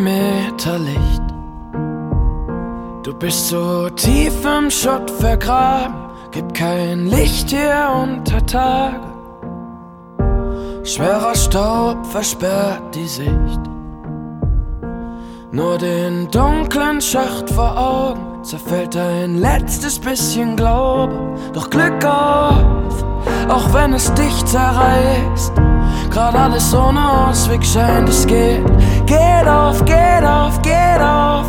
Millimeter Licht. Du bist so tief im Schutt vergraben, gibt kein Licht hier unter Tage. Schwerer Staub versperrt die Sicht. Nur den dunklen Schacht vor Augen zerfällt ein letztes bisschen Glaube. Doch Glück auf, auch wenn es dich zerreißt. Grad alles ohne Ausweg scheint, es geht. Geht auf, geht auf, geht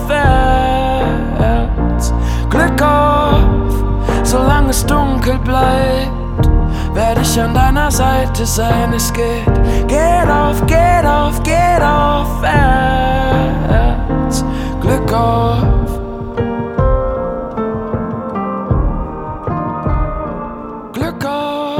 aufwärts. Glück auf, solange es dunkel bleibt, werde ich an deiner Seite sein. Es geht. Geht auf, geht auf, geht aufwärts. Glück auf. Glück auf.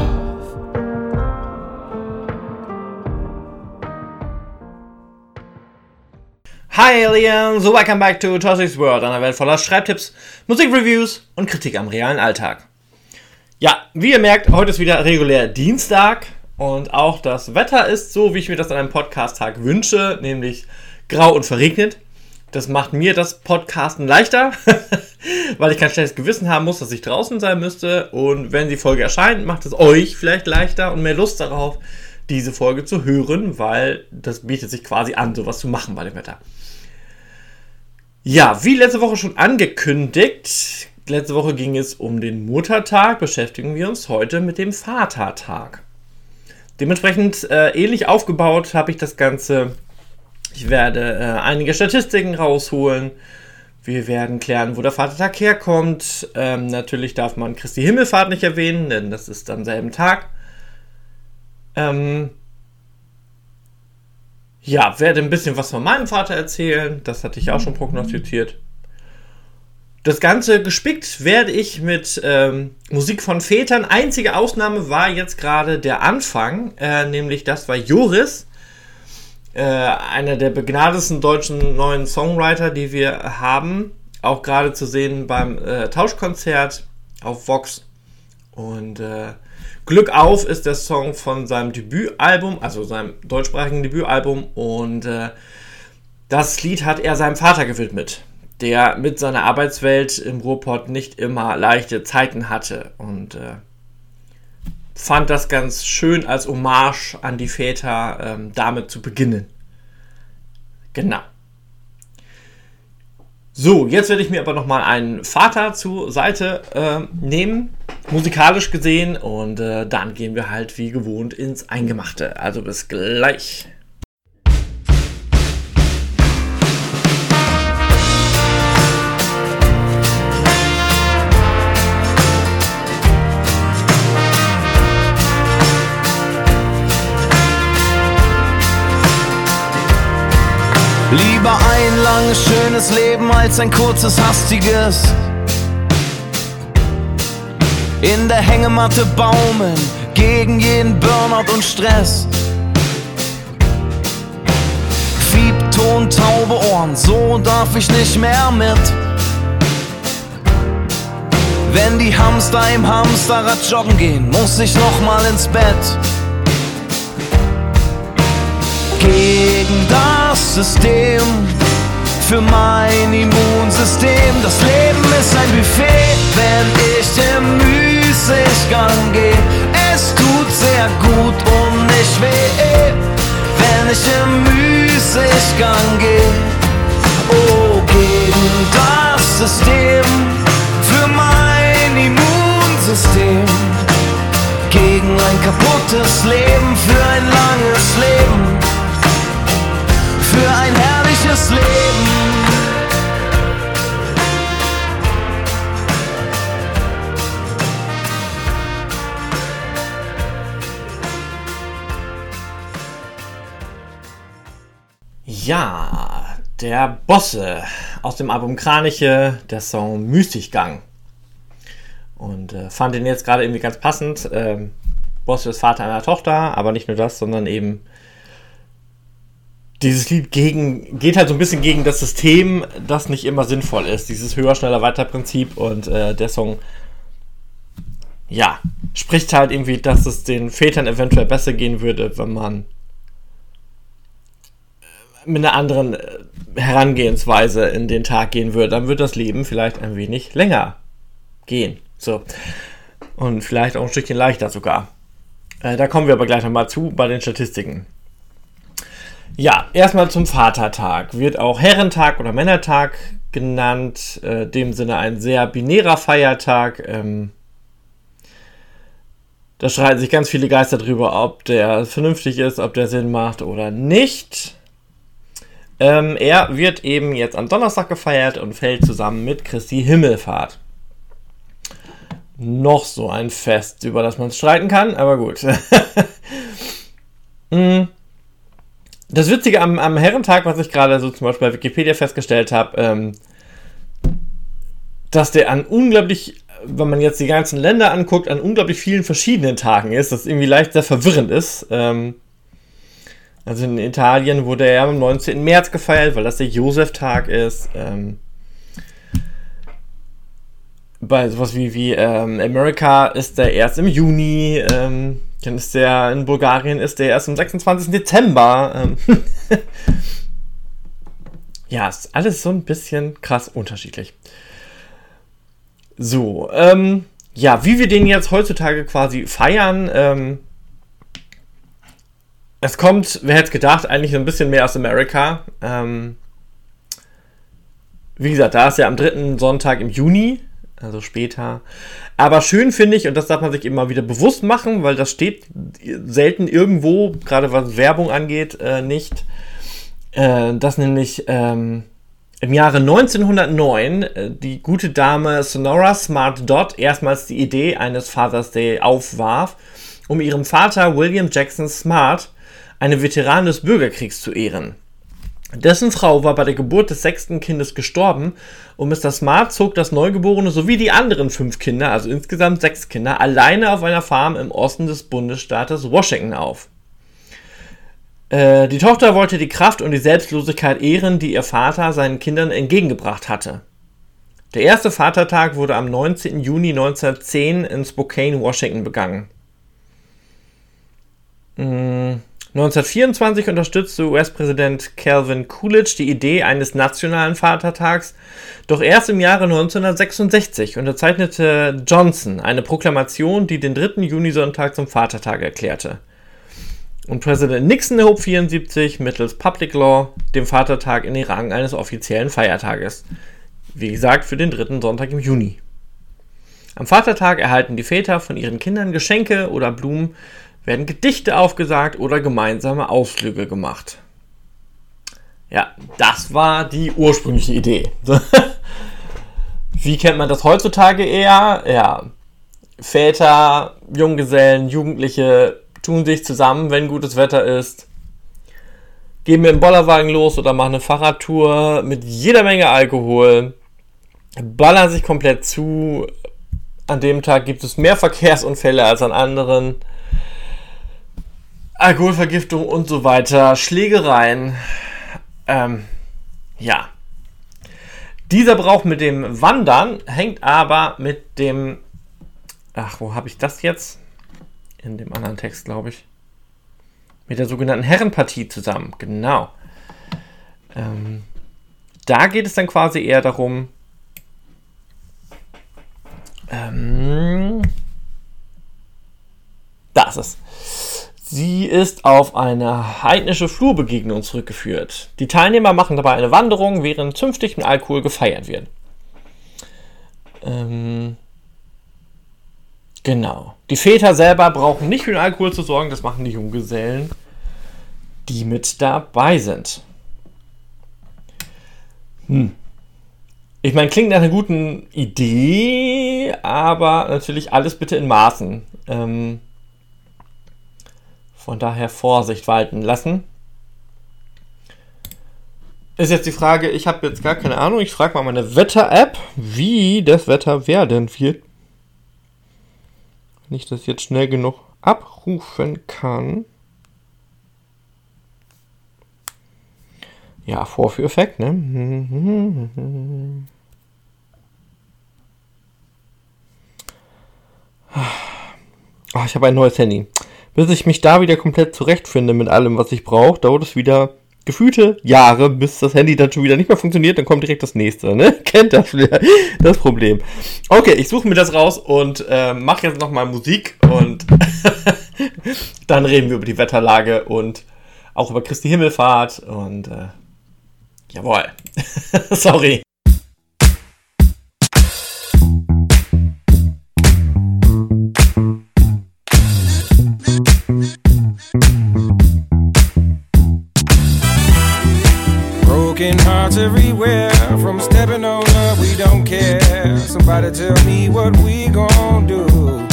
Hi Aliens, so welcome back to Tossic's World, einer Welt voller Schreibtipps, Musikreviews und Kritik am realen Alltag. Ja, wie ihr merkt, heute ist wieder regulär Dienstag und auch das Wetter ist so, wie ich mir das an einem Podcast-Tag wünsche, nämlich grau und verregnet. Das macht mir das Podcasten leichter, weil ich kein schlechtes Gewissen haben muss, dass ich draußen sein müsste. Und wenn die Folge erscheint, macht es euch vielleicht leichter und mehr Lust darauf, diese Folge zu hören, weil das bietet sich quasi an, sowas zu machen bei dem Wetter. Ja, wie letzte Woche schon angekündigt, letzte Woche ging es um den Muttertag, beschäftigen wir uns heute mit dem Vatertag. Dementsprechend ähnlich aufgebaut habe ich das Ganze. Ich werde einige Statistiken rausholen. Wir werden klären, wo der Vatertag herkommt. Natürlich darf man Christi Himmelfahrt nicht erwähnen, denn das ist am selben Tag. Ja, werde ein bisschen was von meinem Vater erzählen. Das hatte ich auch schon prognostiziert. Das Ganze gespickt werde ich mit Musik von Vätern. Einzige Ausnahme war jetzt gerade der Anfang, nämlich das war Joris, einer der begnadetsten deutschen neuen Songwriter, die wir haben. Auch gerade zu sehen beim Tauschkonzert auf Vox. Und Glück auf ist der Song von seinem Debütalbum, also seinem deutschsprachigen Debütalbum. Und das Lied hat er seinem Vater gewidmet, der mit seiner Arbeitswelt im Ruhrpott nicht immer leichte Zeiten hatte. Und fand das ganz schön als Hommage an die Väter, damit zu beginnen. Genau. So, jetzt werde ich mir aber nochmal einen Vater zur Seite nehmen, musikalisch gesehen, und dann gehen wir halt wie gewohnt ins Eingemachte. Also bis gleich. Lieber ein langes, schönes Leben als ein kurzes, hastiges. In der Hängematte baumeln, gegen jeden Burnout und Stress. Fiebton, taube Ohren, so darf ich nicht mehr mit. Wenn die Hamster im Hamsterrad joggen gehen, muss ich nochmal ins Bett. Gegen das System, für mein Immunsystem. Das Leben ist ein Buffet, wenn ich im Müßiggang gehe. Es tut sehr gut und nicht weh, wenn ich im Müßiggang gehe. Oh, gegen das System, für mein Immunsystem. Gegen ein kaputtes Leben, für ein langes Leben. Für ein herrliches Leben. Ja, der Bosse aus dem Album Kraniche, der Song Müßiggang. Und fand ihn jetzt gerade irgendwie ganz passend. Bosse ist Vater einer Tochter, aber nicht nur das, sondern eben dieses Lied geht halt so ein bisschen gegen das System, das nicht immer sinnvoll ist. Dieses höher, schneller, weiter Prinzip. Und der Song, ja, spricht halt irgendwie, dass es den Vätern eventuell besser gehen würde, wenn man mit einer anderen Herangehensweise in den Tag gehen würde, dann wird das Leben vielleicht ein wenig länger gehen. So. Und vielleicht auch ein Stückchen leichter sogar. Da kommen wir aber gleich nochmal zu bei den Statistiken. Ja, erstmal zum Vatertag. Wird auch Herrentag oder Männertag genannt. In dem Sinne ein sehr binärer Feiertag. Da streiten sich ganz viele Geister drüber, ob der vernünftig ist, ob der Sinn macht oder nicht. Er wird eben jetzt am Donnerstag gefeiert und fällt zusammen mit Christi Himmelfahrt. Noch so ein Fest, über das man streiten kann, aber gut. Das Witzige am Herrentag, was ich gerade so zum Beispiel bei Wikipedia festgestellt habe, dass der an unglaublich, wenn man jetzt die ganzen Länder anguckt, an unglaublich vielen verschiedenen Tagen ist, das irgendwie leicht sehr verwirrend ist. Also in Italien wurde er am 19. März gefeiert, weil das der Josef-Tag ist. Bei sowas wie Amerika ist der erst im Juni, dann ist der in Bulgarien ist der erst am 26. Dezember. Ja, ist alles so ein bisschen krass unterschiedlich. So, ja, wie wir den jetzt heutzutage quasi feiern, es kommt, wer hätte es gedacht, eigentlich ein bisschen mehr aus Amerika. Wie gesagt, da ist ja am 3. Sonntag im Juni, also später. Aber schön finde ich, und das darf man sich immer wieder bewusst machen, weil das steht selten irgendwo, gerade was Werbung angeht, nicht, dass nämlich im Jahre 1909 die gute Dame Sonora Smart Dodd erstmals die Idee eines Father's Day aufwarf, um ihrem Vater William Jackson Smart, einen Veteran des Bürgerkriegs, zu ehren. Dessen Frau war bei der Geburt des 6. Kindes gestorben und Mr. Smart zog das Neugeborene sowie die anderen 5 Kinder, also insgesamt 6 Kinder, alleine auf einer Farm im Osten des Bundesstaates Washington auf. Die Tochter wollte die Kraft und die Selbstlosigkeit ehren, die ihr Vater seinen Kindern entgegengebracht hatte. Der erste Vatertag wurde am 19. Juni 1910 in Spokane, Washington begangen. 1924 unterstützte US-Präsident Calvin Coolidge die Idee eines nationalen Vatertags, doch erst im Jahre 1966 unterzeichnete Johnson eine Proklamation, die den 3. Junisonntag zum Vatertag erklärte. Und Präsident Nixon erhob 1974 mittels Public Law den Vatertag in den Rang eines offiziellen Feiertages. Wie gesagt, für den 3. Sonntag im Juni. Am Vatertag erhalten die Väter von ihren Kindern Geschenke oder Blumen, werden Gedichte aufgesagt oder gemeinsame Ausflüge gemacht. Ja, das war die ursprüngliche Idee. Wie kennt man das heutzutage eher? Ja, Väter, Junggesellen, Jugendliche tun sich zusammen, wenn gutes Wetter ist, gehen mit dem Bollerwagen los oder machen eine Fahrradtour mit jeder Menge Alkohol, ballern sich komplett zu. An dem Tag gibt es mehr Verkehrsunfälle als an anderen. Alkoholvergiftung und so weiter, Schlägereien. Ja. Dieser Brauch mit dem Wandern hängt aber mit dem... Ach, wo habe ich das jetzt? In dem anderen Text, glaube ich. Mit der sogenannten Herrenpartie zusammen. Genau. Da geht es dann quasi eher darum... das ist... Sie ist auf eine heidnische Flurbegegnung zurückgeführt. Die Teilnehmer machen dabei eine Wanderung, während zünftig mit Alkohol gefeiert wird. Genau. Die Väter selber brauchen nicht für den Alkohol zu sorgen, das machen die Junggesellen, die mit dabei sind. Ich meine, klingt nach einer guten Idee, aber natürlich alles bitte in Maßen. Von daher Vorsicht walten lassen. Ist jetzt die Frage, ich habe jetzt gar keine Ahnung, ich frage mal meine Wetter-App, wie das Wetter werden wird. Wenn ich das jetzt schnell genug abrufen kann. Ja, Vorführeffekt, ne? Oh, ich habe ein neues Handy. Bis ich mich da wieder komplett zurechtfinde mit allem, was ich brauche, dauert es wieder gefühlte Jahre, bis das Handy dann schon wieder nicht mehr funktioniert, dann kommt direkt das nächste, ne? Kennt das Problem. Okay, ich suche mir das raus und mache jetzt nochmal Musik und dann reden wir über die Wetterlage und auch über Christi Himmelfahrt und jawohl. Sorry. Broken hearts everywhere, from stepping on love we don't care. Somebody tell me what we gon' do.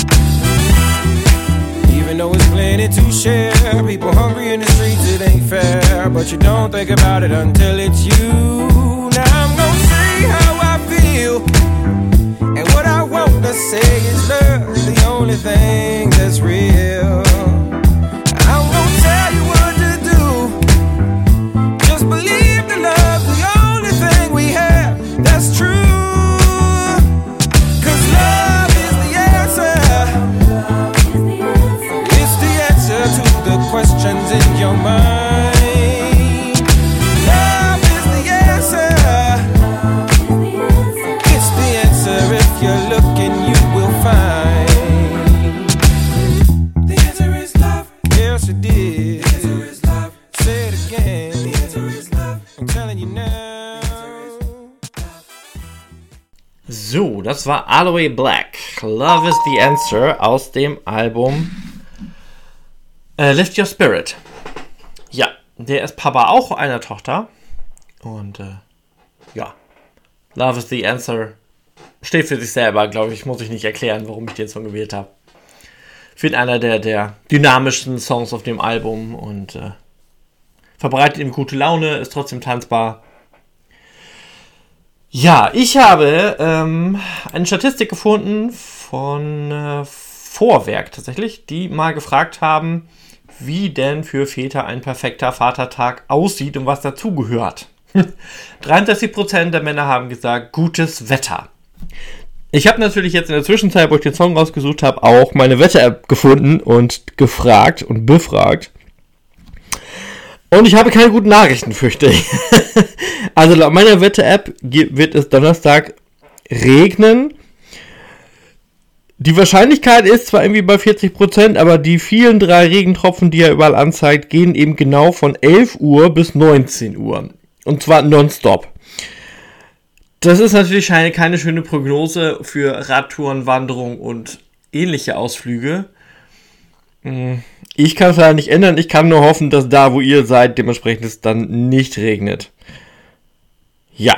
Even though it's plenty to share, people hungry in the streets, it ain't fair. But you don't think about it until it's you. Now I'm gonna say how I feel, and what I want to say is love, the only thing that's real. I'm gonna tell you what to do, just believe the love, the only thing we have that's true. Cause love is the answer, it's the answer to the questions in your mind. Love is the answer, it's the answer, if you're looking you will find. The answer is love, yes it is. The answer is love, say it again. The answer is love, I'm telling you now. So, das war Aloe Black. Love is the Answer aus dem Album Lift Your Spirit. Ja, der ist Papa auch einer Tochter. Und ja, Love is the Answer steht für sich selber, glaube ich. Muss ich nicht erklären, warum ich den Song gewählt habe. Ich finde einer der dynamischsten Songs auf dem Album und verbreitet ihm gute Laune, ist trotzdem tanzbar. Ja, ich habe eine Statistik gefunden von Vorwerk tatsächlich, die mal gefragt haben, wie denn für Väter ein perfekter Vatertag aussieht und was dazugehört. 63% der Männer haben gesagt, gutes Wetter. Ich habe natürlich jetzt in der Zwischenzeit, wo ich den Song rausgesucht habe, auch meine Wetter-App gefunden und gefragt und befragt. Und ich habe keine guten Nachrichten, fürchte ich. Also laut meiner Wetter-App wird es Donnerstag regnen. Die Wahrscheinlichkeit ist zwar irgendwie bei 40%, aber die vielen 3 Regentropfen, die er überall anzeigt, gehen eben genau von 11 Uhr bis 19 Uhr. Und zwar nonstop. Das ist natürlich keine schöne Prognose für Radtouren, Wanderung und ähnliche Ausflüge. Ich kann es leider nicht ändern. Ich kann nur hoffen, dass da, wo ihr seid, dementsprechend es dann nicht regnet. Ja.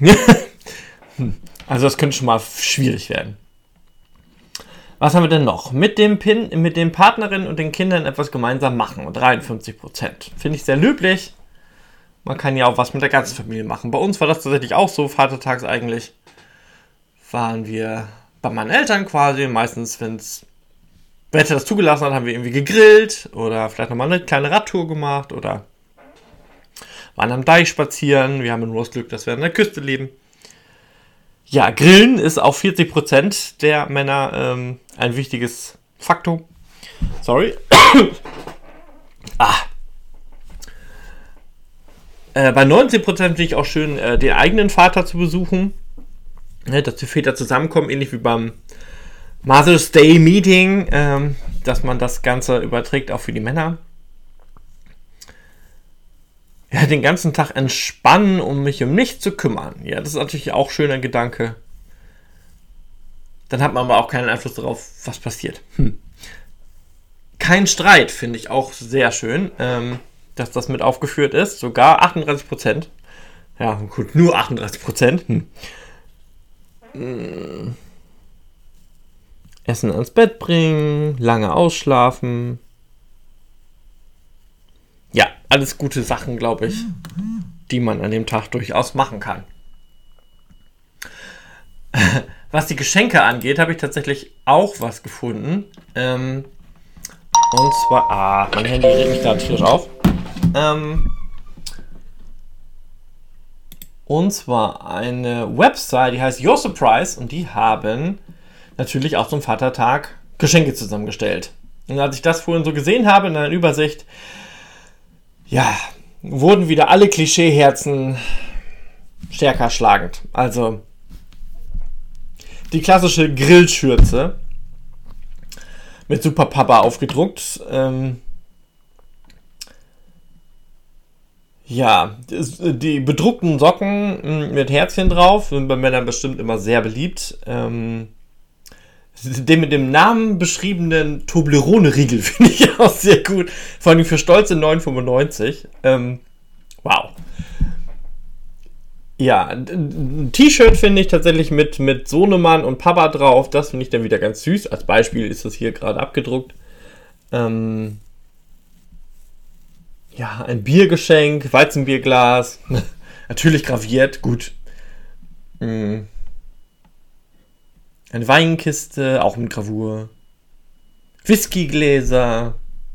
Also das könnte schon mal schwierig werden. Was haben wir denn noch? Mit den Partnerinnen und den Kindern etwas gemeinsam machen. 53%. Finde ich sehr löblich. Man kann ja auch was mit der ganzen Familie machen. Bei uns war das tatsächlich auch so. Vatertags eigentlich waren wir bei meinen Eltern quasi. Meistens, wenn das Wetter das zugelassen hat, haben wir irgendwie gegrillt. Oder vielleicht nochmal eine kleine Radtour gemacht. Oder waren am Deich spazieren. Wir haben nur das Glück, dass wir an der Küste leben. Ja, Grillen ist auch 40% der Männer ein wichtiges Faktor. Sorry. Bei 19% finde ich auch schön, den eigenen Vater zu besuchen. Dass die Väter zusammenkommen, ähnlich wie beim Mother's Day Meeting. Dass man das Ganze überträgt auch für die Männer. Ja, den ganzen Tag entspannen, um mich um nichts zu kümmern. Ja, das ist natürlich auch ein schöner Gedanke. Dann hat man aber auch keinen Einfluss darauf, was passiert. Kein Streit, finde ich auch sehr schön, dass das mit aufgeführt ist. Sogar 38%. Ja, gut, nur 38%. Essen ans Bett bringen, lange ausschlafen. Ja, alles gute Sachen, glaube ich, die man an dem Tag durchaus machen kann. Was die Geschenke angeht, habe ich tatsächlich auch was gefunden. Und zwar, mein Handy regt mich gerade tierisch auf. Und zwar eine Website, die heißt Your Surprise, und die haben natürlich auch zum Vatertag Geschenke zusammengestellt. Und als ich das vorhin so gesehen habe in einer Übersicht, ja, wurden wieder alle Klischeeherzen stärker schlagend. Also die klassische Grillschürze mit Super Papa aufgedruckt. Die bedruckten Socken mit Herzchen drauf sind bei Männern bestimmt immer sehr beliebt. Den mit dem Namen beschriebenen Toblerone-Riegel finde ich auch sehr gut. Vor allem für stolze 9,95. Wow. Ja, ein T-Shirt finde ich tatsächlich mit Sohnemann und Papa drauf. Das finde ich dann wieder ganz süß. Als Beispiel ist das hier gerade abgedruckt. Ein Biergeschenk, Weizenbierglas. Natürlich graviert, gut. Eine Weinkiste, auch mit Gravur. Whiskygläser.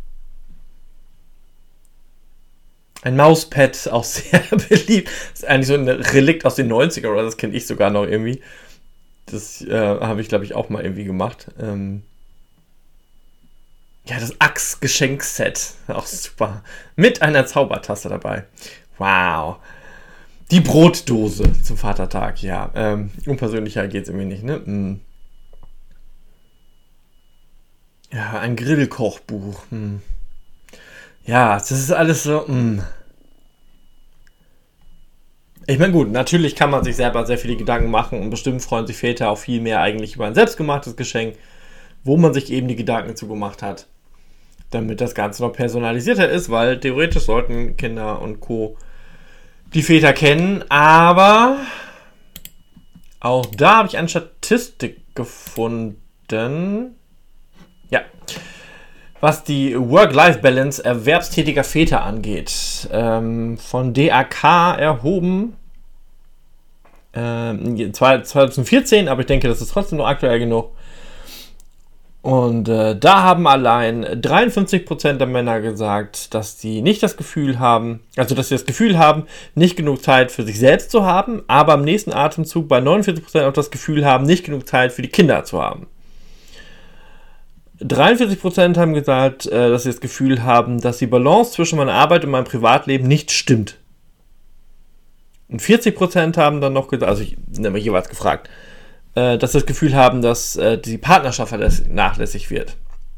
Ein Mauspad, auch sehr beliebt. Das ist eigentlich so ein Relikt aus den 90ern, oder das kenne ich sogar noch irgendwie. Das habe ich, glaube ich, auch mal irgendwie gemacht. Das Axe-Geschenkset. Auch super. Mit einer Zaubertasse dabei. Wow. Die Brotdose zum Vatertag, ja. Unpersönlicher geht es irgendwie nicht, ne? Ja, ein Grillkochbuch. Ja, das ist alles so. Ich meine, gut, natürlich kann man sich selber sehr viele Gedanken machen und bestimmt freuen sich Väter auch viel mehr eigentlich über ein selbstgemachtes Geschenk, wo man sich eben die Gedanken zugemacht hat, damit das Ganze noch personalisierter ist, weil theoretisch sollten Kinder und Co. die Väter kennen, aber auch da habe ich eine Statistik gefunden. Ja. Was die Work-Life-Balance erwerbstätiger Väter angeht. Von DAK erhoben. 2014, aber ich denke, das ist trotzdem noch aktuell genug. Und da haben allein 53% der Männer gesagt, dass sie nicht das Gefühl haben, nicht genug Zeit für sich selbst zu haben, aber im nächsten Atemzug bei 49% auch das Gefühl haben, nicht genug Zeit für die Kinder zu haben. 43% haben gesagt, dass sie das Gefühl haben, dass die Balance zwischen meiner Arbeit und meinem Privatleben nicht stimmt. Und 40% haben dann noch gesagt, also ich habe jeweils gefragt, dass sie das Gefühl haben, dass die Partnerschaft nachlässig wird.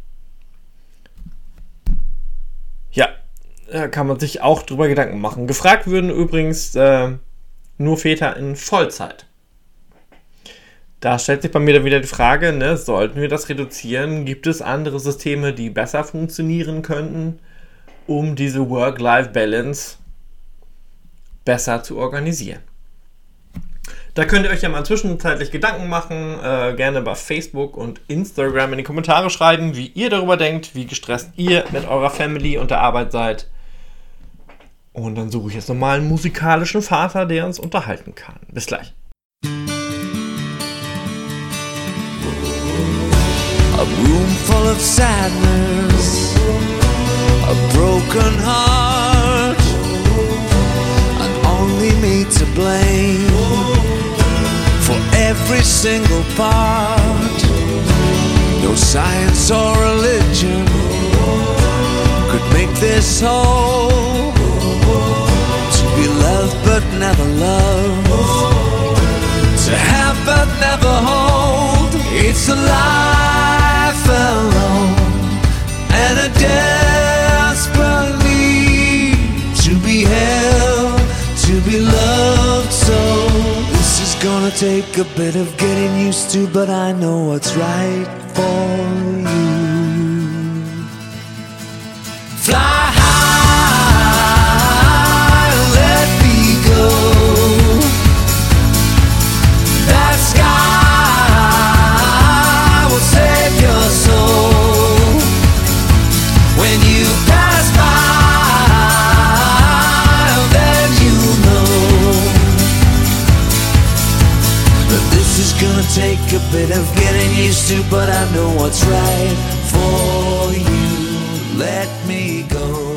Ja, da kann man sich auch drüber Gedanken machen. Gefragt würden übrigens nur Väter in Vollzeit. Da stellt sich bei mir dann wieder die Frage, sollten wir das reduzieren? Gibt es andere Systeme, die besser funktionieren könnten, um diese Work-Life-Balance besser zu organisieren? Da könnt ihr euch ja mal zwischenzeitlich Gedanken machen, gerne bei Facebook und Instagram in die Kommentare schreiben, wie ihr darüber denkt, wie gestresst ihr mit eurer Family und der Arbeit seid. Und dann suche ich jetzt nochmal einen musikalischen Vater, der uns unterhalten kann. Bis gleich. A room full of sadness, a broken heart, and only me to blame for every single part. No science or religion could make this whole. To be loved but never loved, to have but never hold. It's a life alone and a desperate need to be held, to be loved. So this is gonna take a bit of getting used to, but I know what's right for you. Fly high, let me go. That sky will save your soul. When you pass by, then you know that this is gonna take a bit of getting used to, but I know what's right for you. Let me go.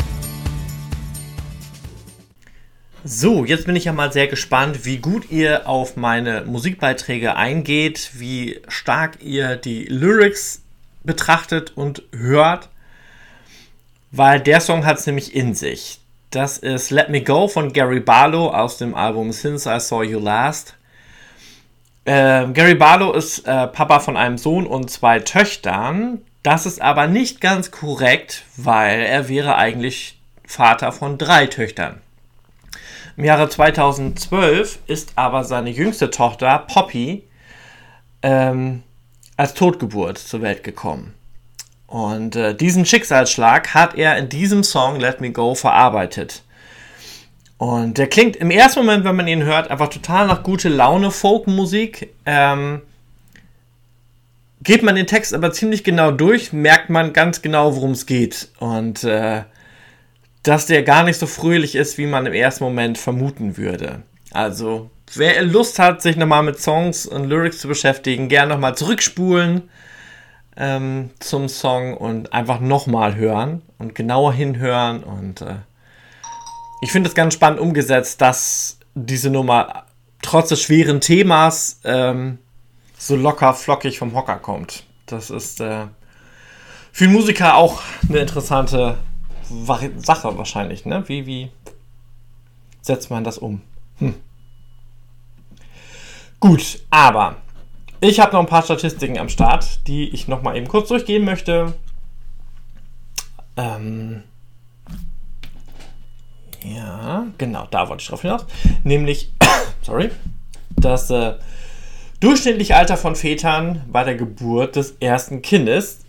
So, jetzt bin ich ja mal sehr gespannt, wie gut ihr auf meine Musikbeiträge eingeht, wie stark ihr die Lyrics betrachtet und hört, weil der Song hat es nämlich in sich. Das ist Let Me Go von Gary Barlow aus dem Album Since I Saw You Last. Gary Barlow ist Papa von einem Sohn und 2 Töchtern. Das ist aber nicht ganz korrekt, weil er wäre eigentlich Vater von 3 Töchtern. Im Jahre 2012 ist aber seine jüngste Tochter, Poppy, als Totgeburt zur Welt gekommen. Und diesen Schicksalsschlag hat er in diesem Song Let Me Go verarbeitet. Und der klingt im ersten Moment, wenn man ihn hört, einfach total nach gute Laune Folkmusik. Geht man den Text aber ziemlich genau durch, merkt man ganz genau, worum es geht. Und dass der gar nicht so fröhlich ist, wie man im ersten Moment vermuten würde. Also, wer Lust hat, sich nochmal mit Songs und Lyrics zu beschäftigen, gerne nochmal zurückspulen zum Song und einfach nochmal hören und genauer hinhören. Und ich finde es ganz spannend umgesetzt, dass diese Nummer trotz des schweren Themas so locker flockig vom Hocker kommt. Das ist für einen Musiker auch eine interessante Sache wahrscheinlich, ne? Wie setzt man das um? Gut, aber ich habe noch ein paar Statistiken am Start, die ich noch mal eben kurz durchgehen möchte. Ja, genau, da wollte ich drauf hinaus. Nämlich, das durchschnittliche Alter von Vätern bei der Geburt des ersten Kindes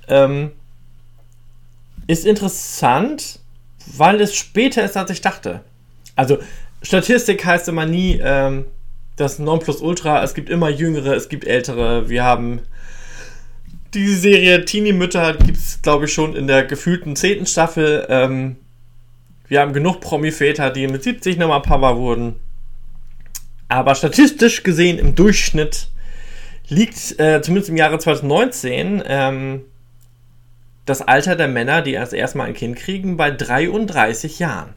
ist interessant, weil es später ist, als ich dachte. Also, Statistik heißt immer nie das Nonplusultra. Es gibt immer Jüngere, es gibt Ältere. Wir haben die Serie Teenie-Mütter, gibt es, glaube ich, schon in der gefühlten 10. Staffel. Wir haben genug Promi-Väter, die mit 70 nochmal Papa wurden. Aber statistisch gesehen im Durchschnitt liegt, zumindest im Jahre 2019, das Alter der Männer, die erst erstmal ein Kind kriegen, bei 33 Jahren.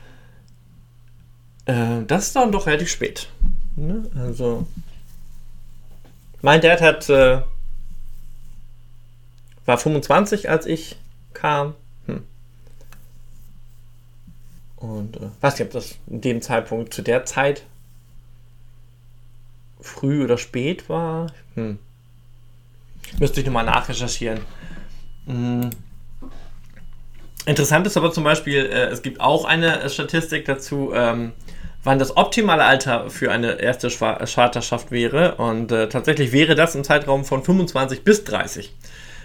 Das ist dann doch relativ spät. Ne? Also, mein Dad war 25, als ich kam. Und weiß nicht, ob das in dem Zeitpunkt zu der Zeit früh oder spät war. Müsste ich nochmal nachrecherchieren. Interessant ist aber zum Beispiel, es gibt auch eine Statistik dazu, wann das optimale Alter für eine erste Vaterschaft wäre. Und tatsächlich wäre das im Zeitraum von 25 bis 30.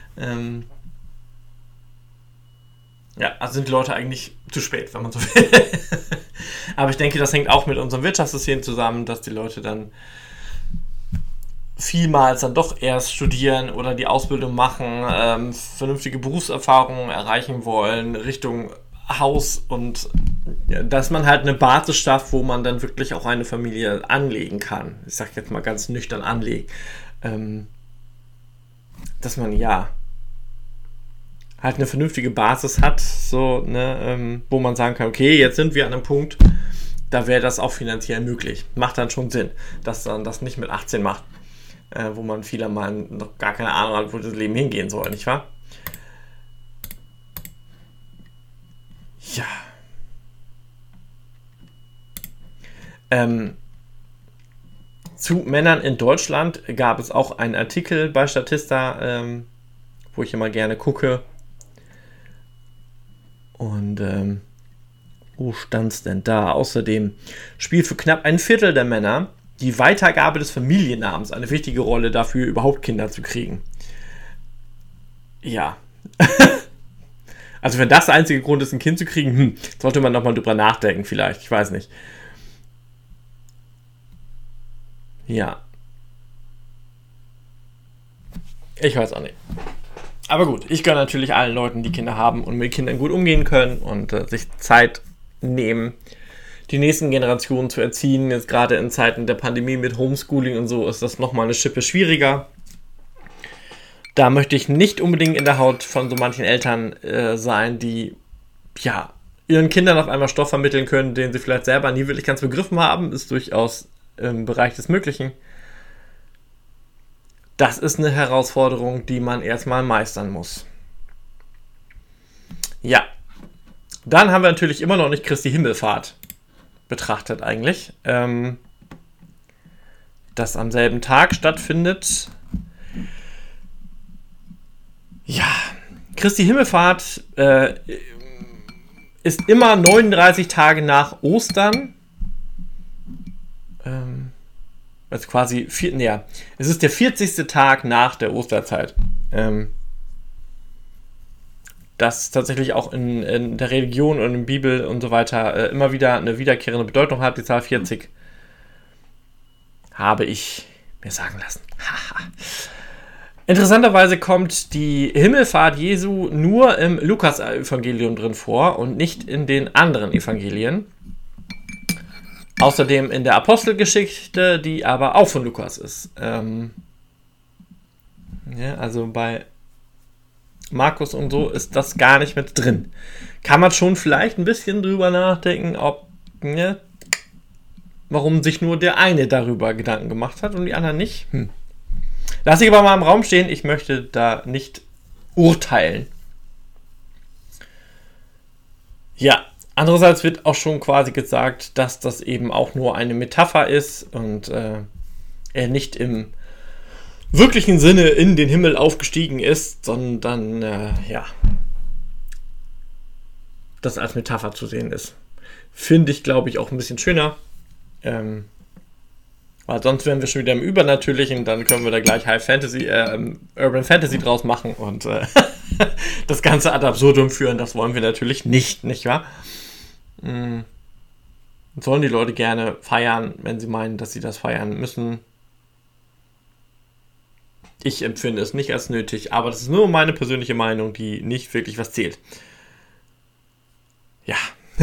Ja, also sind die Leute eigentlich zu spät, wenn man so will. Aber ich denke, das hängt auch mit unserem Wirtschaftssystem zusammen, dass die Leute dann vielmals dann doch erst studieren oder die Ausbildung machen, vernünftige Berufserfahrungen erreichen wollen, Richtung Haus und dass man halt eine Basis schafft, wo man dann wirklich auch eine Familie anlegen kann. Ich sag jetzt mal ganz nüchtern anlegen. Dass man halt eine vernünftige Basis hat, so, ne, wo man sagen kann, okay, jetzt sind wir an einem Punkt, da wäre das auch finanziell möglich. Macht dann schon Sinn, dass man das nicht mit 18 macht, wo man vieler mal noch gar keine Ahnung hat, wo das Leben hingehen soll, nicht wahr? Ja. Zu Männern in Deutschland gab es auch einen Artikel bei Statista, wo ich immer gerne gucke. Und wo stand's denn da? Außerdem spielt für knapp ein Viertel der Männer die Weitergabe des Familiennamens eine wichtige Rolle dafür, überhaupt Kinder zu kriegen. Ja. Also wenn das der einzige Grund ist, ein Kind zu kriegen, sollte man nochmal drüber nachdenken vielleicht. Ich weiß nicht. Ja. Ich weiß auch nicht. Aber gut, ich gönne natürlich allen Leuten, die Kinder haben und mit Kindern gut umgehen können und sich Zeit nehmen, die nächsten Generationen zu erziehen. Jetzt gerade in Zeiten der Pandemie mit Homeschooling und so ist das nochmal eine Schippe schwieriger. Da möchte ich nicht unbedingt in der Haut von so manchen Eltern sein, die ihren Kindern auf einmal Stoff vermitteln können, den sie vielleicht selber nie wirklich ganz begriffen haben. Ist durchaus im Bereich des Möglichen. Das ist eine Herausforderung, die man erstmal meistern muss. Ja, Dann haben wir natürlich immer noch nicht Christi Himmelfahrt betrachtet eigentlich. Das am selben Tag stattfindet. Ja, Christi Himmelfahrt ist immer 39 Tage nach Ostern. Also quasi, es ist der 40. Tag nach der Osterzeit. Das tatsächlich auch in der Religion und in der Bibel und so weiter immer wieder eine wiederkehrende Bedeutung hat. Die Zahl 40 habe ich mir sagen lassen. Interessanterweise kommt die Himmelfahrt Jesu nur im Lukas-Evangelium drin vor und nicht in den anderen Evangelien. Außerdem in der Apostelgeschichte, die aber auch von Lukas ist. Also bei Markus und so ist das gar nicht mit drin. Kann man schon vielleicht ein bisschen drüber nachdenken, warum sich nur der eine darüber Gedanken gemacht hat und die anderen nicht. Lass ich aber mal im Raum stehen, ich möchte da nicht urteilen. Ja, andererseits wird auch schon quasi gesagt, dass das eben auch nur eine Metapher ist und er nicht im wirklichen Sinne in den Himmel aufgestiegen ist, sondern das als Metapher zu sehen ist. Finde ich, glaube ich, auch ein bisschen schöner. Weil sonst wären wir schon wieder im Übernatürlichen, dann können wir da gleich Urban Fantasy draus machen und das Ganze ad absurdum führen. Das wollen wir natürlich nicht wahr? Sollen die Leute gerne feiern, wenn sie meinen, dass sie das feiern müssen. Ich empfinde es nicht als nötig, aber das ist nur meine persönliche Meinung, die nicht wirklich was zählt. Ja.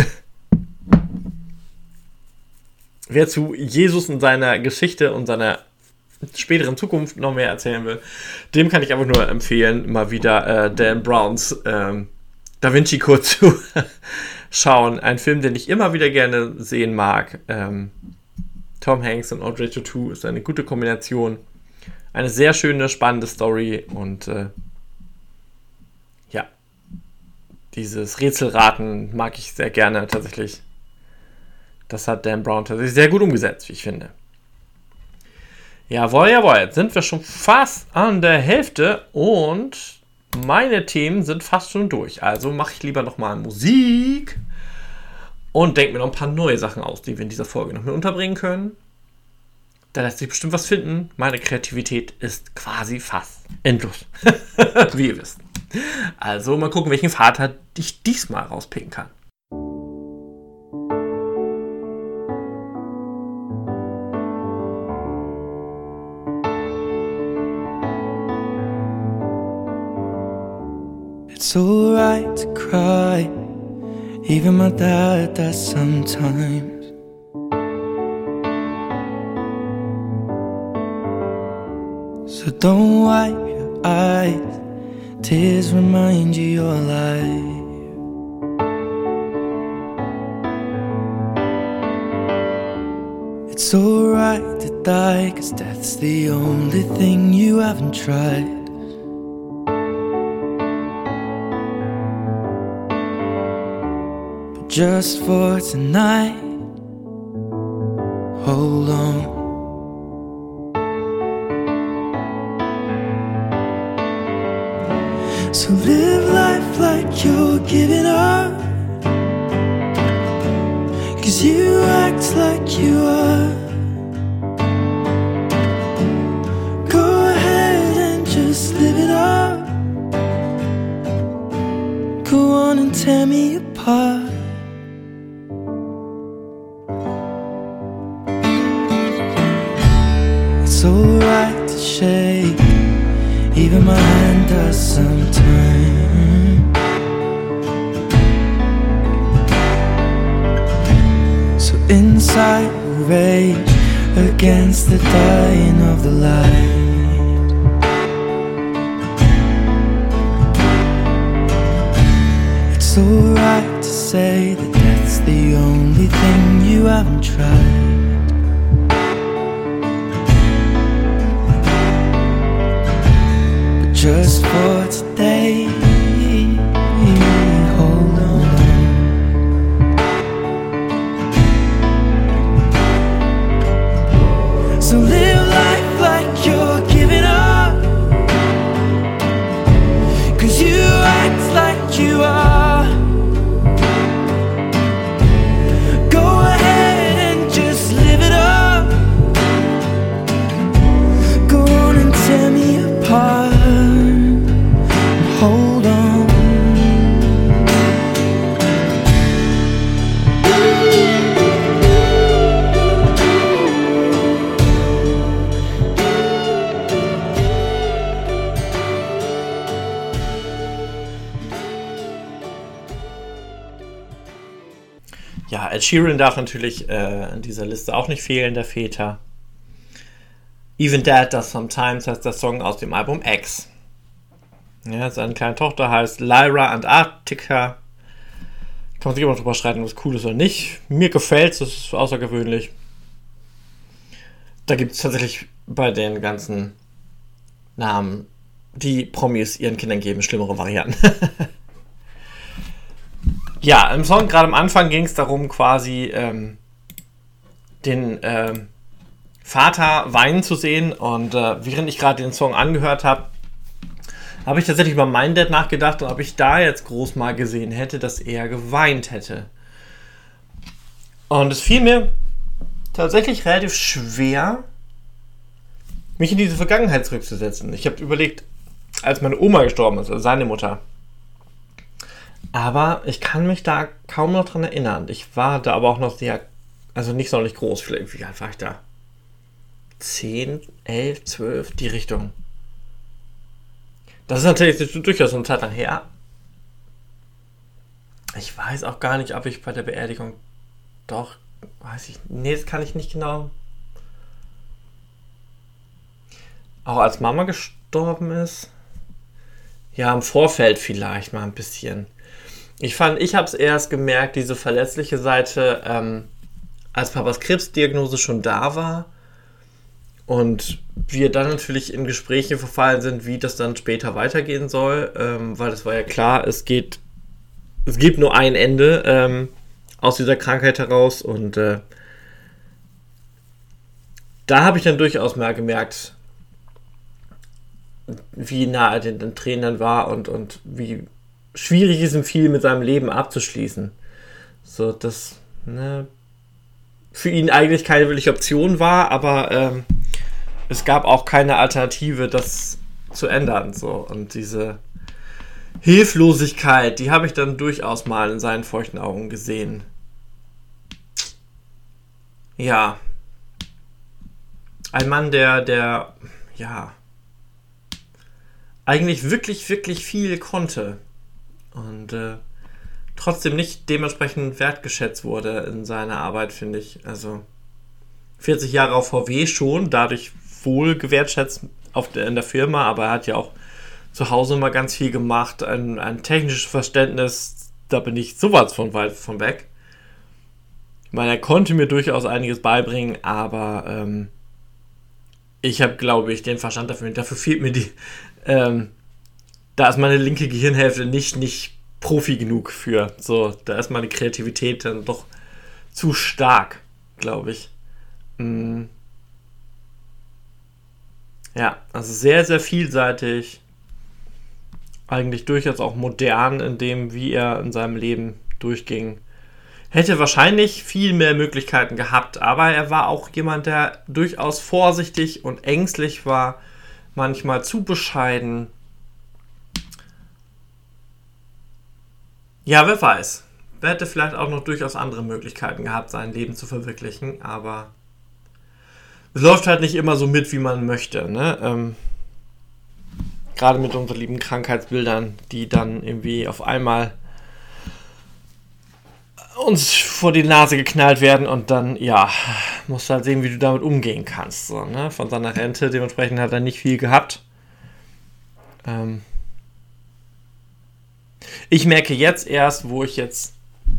Wer zu Jesus und seiner Geschichte und seiner späteren Zukunft noch mehr erzählen will, dem kann ich einfach nur empfehlen, mal wieder Dan Browns Da Vinci Code zu schauen. Ein Film, den ich immer wieder gerne sehen mag. Tom Hanks und Audrey Tautou ist eine gute Kombination. Eine sehr schöne, spannende Story und dieses Rätselraten mag ich sehr gerne tatsächlich. Das hat Dan Brown tatsächlich sehr gut umgesetzt, wie ich finde. Jawohl, jetzt sind wir schon fast an der Hälfte und meine Themen sind fast schon durch. Also mache ich lieber nochmal Musik und denke mir noch ein paar neue Sachen aus, die wir in dieser Folge noch mit unterbringen können. Da lässt sich bestimmt was finden. Meine Kreativität ist quasi fast endlos. Wie ihr wisst. Also mal gucken, welchen Vater ich diesmal rauspicken kann. It's alright to cry. Even my dad does sometimes. So don't wipe your eyes. Tears remind you you're alive. It's alright to die, 'cause death's the only thing you haven't tried. But just for tonight, hold on. So live life like you're giving up, 'cause you act like you are. Go ahead and just live it up. Go on and tear me apart. It's alright to shake. Even my hand does sometimes. So inside we rage against the dying of the light. It's alright to say that that's the only thing you haven't tried. Just for today, hold on. Ed Sheeran darf natürlich in dieser Liste auch nicht fehlen, der Väter. Even Dad Does Sometimes heißt der Song aus dem Album X. Ja, seine kleine Tochter heißt Lyra Antarctica. Kann man sich immer drüber streiten, was cool ist oder nicht. Mir gefällt es, das ist außergewöhnlich. Da gibt es tatsächlich bei den ganzen Namen, die Promis ihren Kindern geben, schlimmere Varianten. Ja, im Song gerade am Anfang ging es darum, quasi den Vater weinen zu sehen. Und während ich gerade den Song angehört habe, habe ich tatsächlich über meinen Dad nachgedacht und ob ich da jetzt groß mal gesehen hätte, dass er geweint hätte. Und es fiel mir tatsächlich relativ schwer, mich in diese Vergangenheit zurückzusetzen. Ich habe überlegt, als meine Oma gestorben ist, also seine Mutter. Aber ich kann mich da kaum noch dran erinnern. Ich war da aber auch noch sehr, also nicht sonderlich groß. Vielleicht, wie alt war ich da? 10, 11, 12, die Richtung. Das ist natürlich durchaus eine Zeit lang her. Ich weiß auch gar nicht, ob ich bei der Beerdigung doch, weiß ich, nee, das kann ich nicht genau. Auch als Mama gestorben ist? Ja, im Vorfeld vielleicht mal ein bisschen. Ich habe es erst gemerkt, diese verletzliche Seite, als Papas Krebsdiagnose schon da war. Und wir dann natürlich in Gespräche verfallen sind, wie das dann später weitergehen soll, weil es war ja klar, es gibt nur ein Ende aus dieser Krankheit heraus und da habe ich dann durchaus mal gemerkt, wie nah er den Tränen war und wie schwierig es ihm fiel, mit seinem Leben abzuschließen. So, dass für ihn eigentlich keine wirkliche Option war, aber es gab auch keine Alternative, das zu ändern. So. Und diese Hilflosigkeit, die habe ich dann durchaus mal in seinen feuchten Augen gesehen. Ja. Ein Mann, der eigentlich wirklich, wirklich viel konnte. Und trotzdem nicht dementsprechend wertgeschätzt wurde in seiner Arbeit, finde ich. Also 40 Jahre auf VW schon, dadurch wohl gewertschätzt in der Firma, aber er hat ja auch zu Hause mal ganz viel gemacht, ein technisches Verständnis, da bin ich sowas von weit von weg. Ich meine, er konnte mir durchaus einiges beibringen, aber ich habe, glaube ich, den Verstand dafür fehlt mir da ist meine linke Gehirnhälfte nicht Profi genug für, so, da ist meine Kreativität dann doch zu stark, glaube ich. Ja, also sehr, sehr vielseitig. Eigentlich durchaus auch modern in dem, wie er in seinem Leben durchging. Hätte wahrscheinlich viel mehr Möglichkeiten gehabt, aber er war auch jemand, der durchaus vorsichtig und ängstlich war, manchmal zu bescheiden. Ja, wer weiß. Er hätte vielleicht auch noch durchaus andere Möglichkeiten gehabt, sein Leben zu verwirklichen, aber es läuft halt nicht immer so mit, wie man möchte, ne? Gerade mit unseren lieben Krankheitsbildern, die dann irgendwie auf einmal uns vor die Nase geknallt werden und dann, ja, musst du halt sehen, wie du damit umgehen kannst. So, ne? Von seiner Rente, dementsprechend hat er nicht viel gehabt. Ich merke jetzt erst, wo ich jetzt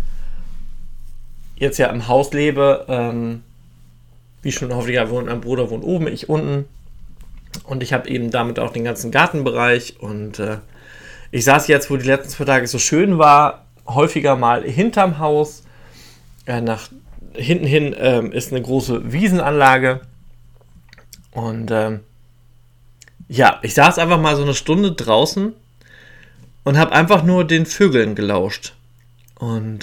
ja im Haus lebe, wie schon häufiger wohnt, mein Bruder wohnt oben, ich unten. Und ich habe eben damit auch den ganzen Gartenbereich. Und ich saß jetzt, wo die letzten 2 Tage so schön war, häufiger mal hinterm Haus. Nach hinten hin ist eine große Wiesenanlage. Und ja, ich saß einfach mal so eine Stunde draußen und habe einfach nur den Vögeln gelauscht. Und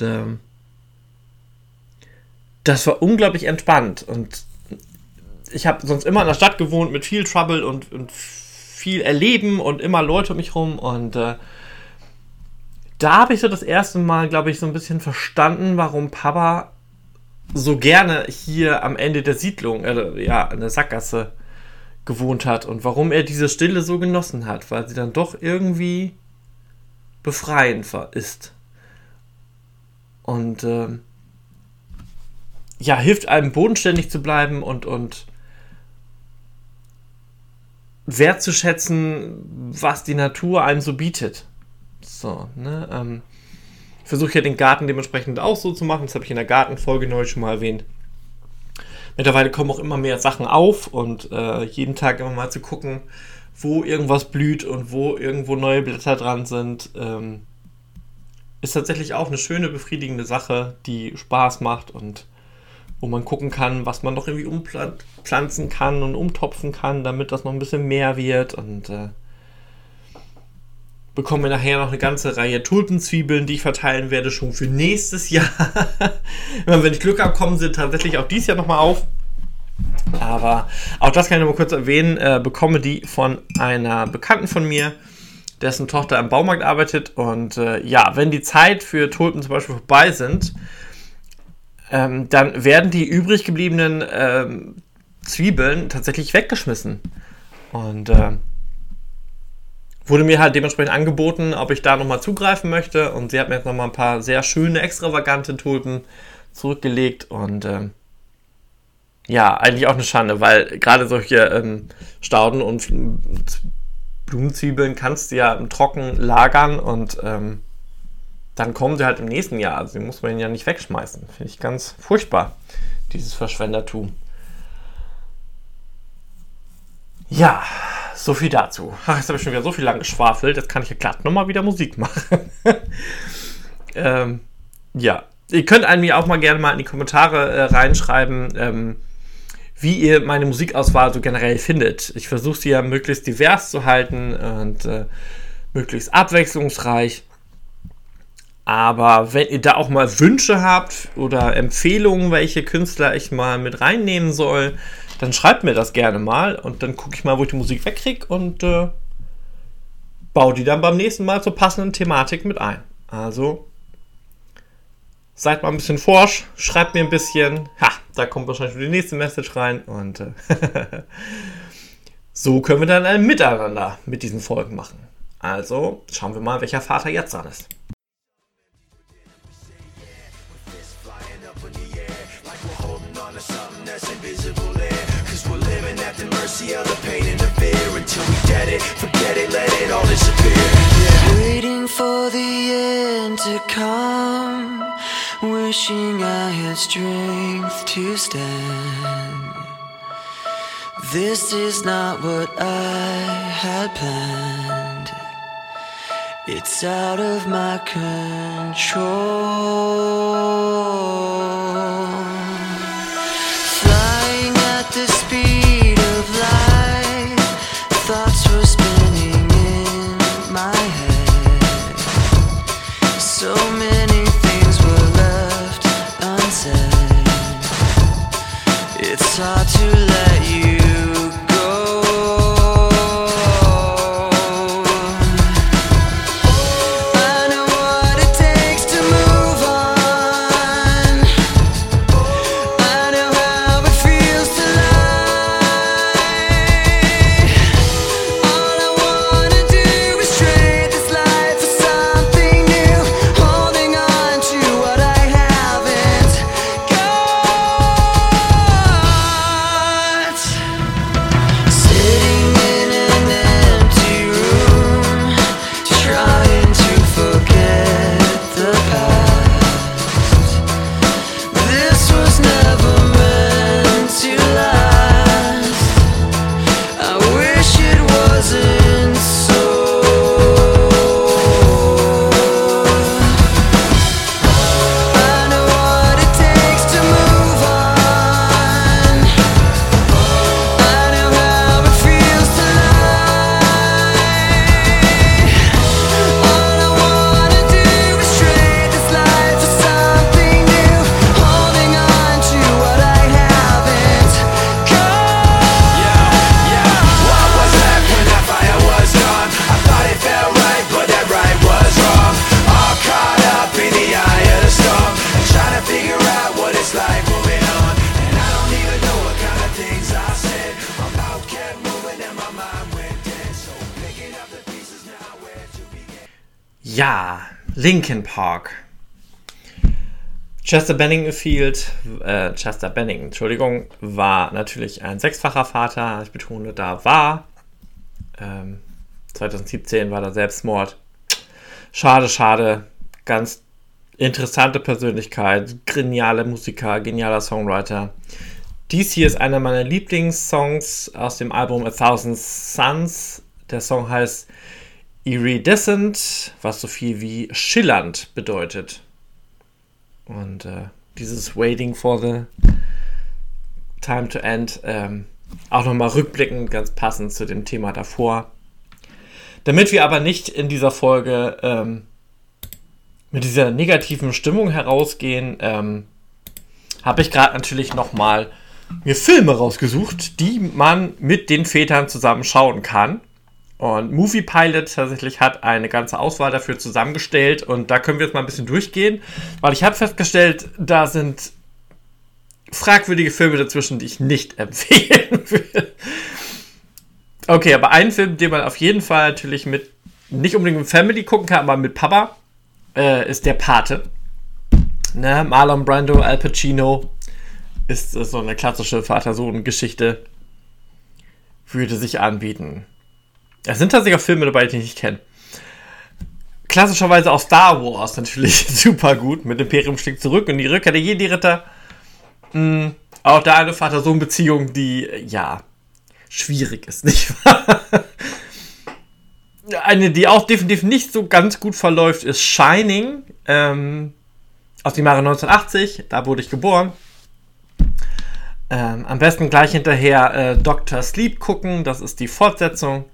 das war unglaublich entspannt. Und ich habe sonst immer in der Stadt gewohnt mit viel Trouble und viel Erleben und immer Leute um mich rum. Und da habe ich so das erste Mal, glaube ich, so ein bisschen verstanden, warum Papa so gerne hier am Ende der Siedlung, in der Sackgasse gewohnt hat und warum er diese Stille so genossen hat, weil sie dann doch irgendwie befreiend ist. Und ja, hilft einem bodenständig zu bleiben und wertzuschätzen, was die Natur einem so bietet. So, ne? Ich versuche ja den Garten dementsprechend auch so zu machen. Das habe ich in der Gartenfolge neulich schon mal erwähnt. Mittlerweile kommen auch immer mehr Sachen auf und jeden Tag immer mal zu gucken, wo irgendwas blüht und wo irgendwo neue Blätter dran sind, ist tatsächlich auch eine schöne, befriedigende Sache, die Spaß macht und wo man gucken kann, was man noch irgendwie umpflanzen kann und umtopfen kann, damit das noch ein bisschen mehr wird. Und bekommen wir nachher noch eine ganze Reihe Tulpenzwiebeln, die ich verteilen werde, schon für nächstes Jahr. Wenn ich Glück habe, kommen sie tatsächlich auch dieses Jahr nochmal auf. Aber auch das kann ich noch mal kurz erwähnen, bekomme die von einer Bekannten von mir, dessen Tochter am Baumarkt arbeitet. Und ja, wenn die Zeit für Tulpen zum Beispiel vorbei sind, dann werden die übrig gebliebenen Zwiebeln tatsächlich weggeschmissen. Und wurde mir halt dementsprechend angeboten, ob ich da nochmal zugreifen möchte. Und sie hat mir jetzt nochmal ein paar sehr schöne, extravagante Tulpen zurückgelegt. Und ja, eigentlich auch eine Schande, weil gerade solche Stauden und Blumenzwiebeln kannst du ja trocken lagern und dann kommen sie halt im nächsten Jahr. Also die muss man ja nicht wegschmeißen. Finde ich ganz furchtbar, dieses Verschwendertum. Ja, so viel dazu. Ach, jetzt habe ich schon wieder so viel lang geschwafelt. Jetzt kann ich ja glatt nochmal wieder Musik machen. Ja, ihr könnt mir auch mal gerne mal in die Kommentare reinschreiben, wie ihr meine Musikauswahl so generell findet. Ich versuche sie ja möglichst divers zu halten und möglichst abwechslungsreich. Aber wenn ihr da auch mal Wünsche habt oder Empfehlungen, welche Künstler ich mal mit reinnehmen soll, dann schreibt mir das gerne mal und dann gucke ich mal, wo ich die Musik wegkriege und baue die dann beim nächsten Mal zur passenden Thematik mit ein. Also seid mal ein bisschen forsch, schreibt mir ein bisschen. Ha, da kommt wahrscheinlich die nächste Message rein und so können wir dann ein Miteinander mit diesen Folgen machen. Also schauen wir mal, welcher Vater jetzt dran ist. Waiting for the end to come, wishing I had strength to stand. This is not what I had planned. It's out of my control. Flying at the speed of light, thoughts were spinning in my head. So many things were left unsaid. It's hard to let you go. I know what it takes to move on. I know how it feels to lie. All I wanna do is trade this life for something new, holding on to what I haven't got. Sitting in an empty room, trying to forget the past. This was never meant to last. I wish it wasn't so. I know what it takes to move on. I know how it feels to lie. All I wanna do is trade this life for something new, holding on to what I haven't got. What was left when that fire was gone? I thought it felt right, but that right was wrong. All caught up in the eye of the storm, and trying to figure out what it's like moving on. And I don't even know what kind of things I said. My mouth kept moving and my mind went dead. So picking up the pieces now, where to begin? Ja, Linkin Park. Chester Bennington, Entschuldigung, war natürlich ein sechsfacher Vater. Ich betone, da war. 2017 war der Selbstmord. Schade. Ganz interessante Persönlichkeit, geniale Musiker, genialer Songwriter. Dies hier ist einer meiner Lieblingssongs aus dem Album A Thousand Suns. Der Song heißt Iridescent, was so viel wie schillernd bedeutet. Und dieses Waiting for the Time to End auch nochmal rückblickend ganz passend zu dem Thema davor. Damit wir aber nicht in dieser Folge mit dieser negativen Stimmung herausgehen, habe ich gerade natürlich nochmal mir Filme rausgesucht, die man mit den Vätern zusammen schauen kann. Und Movie Pilot tatsächlich hat eine ganze Auswahl dafür zusammengestellt und da können wir jetzt mal ein bisschen durchgehen, weil ich habe festgestellt, da sind fragwürdige Filme dazwischen, die ich nicht empfehlen will. Okay, aber ein Film, den man auf jeden Fall natürlich mit, nicht unbedingt mit Family gucken kann, aber mit Papa, ist der Pate. Ne? Marlon Brando, Al Pacino, ist so eine klassische Vater-Sohn-Geschichte, würde sich anbieten. Es sind tatsächlich auch Filme dabei, die ich nicht kenne. Klassischerweise auch Star Wars natürlich super gut, mit Imperium schlägt zurück und die Rückkehr der Jedi-Ritter. Auch da eine Vater-Sohn-Beziehung, die, ja, schwierig ist, nicht wahr? Eine, die auch definitiv nicht so ganz gut verläuft, ist Shining, aus dem Jahre 1980, da wurde ich geboren. Am besten gleich hinterher Dr. Sleep gucken, das ist die Fortsetzung.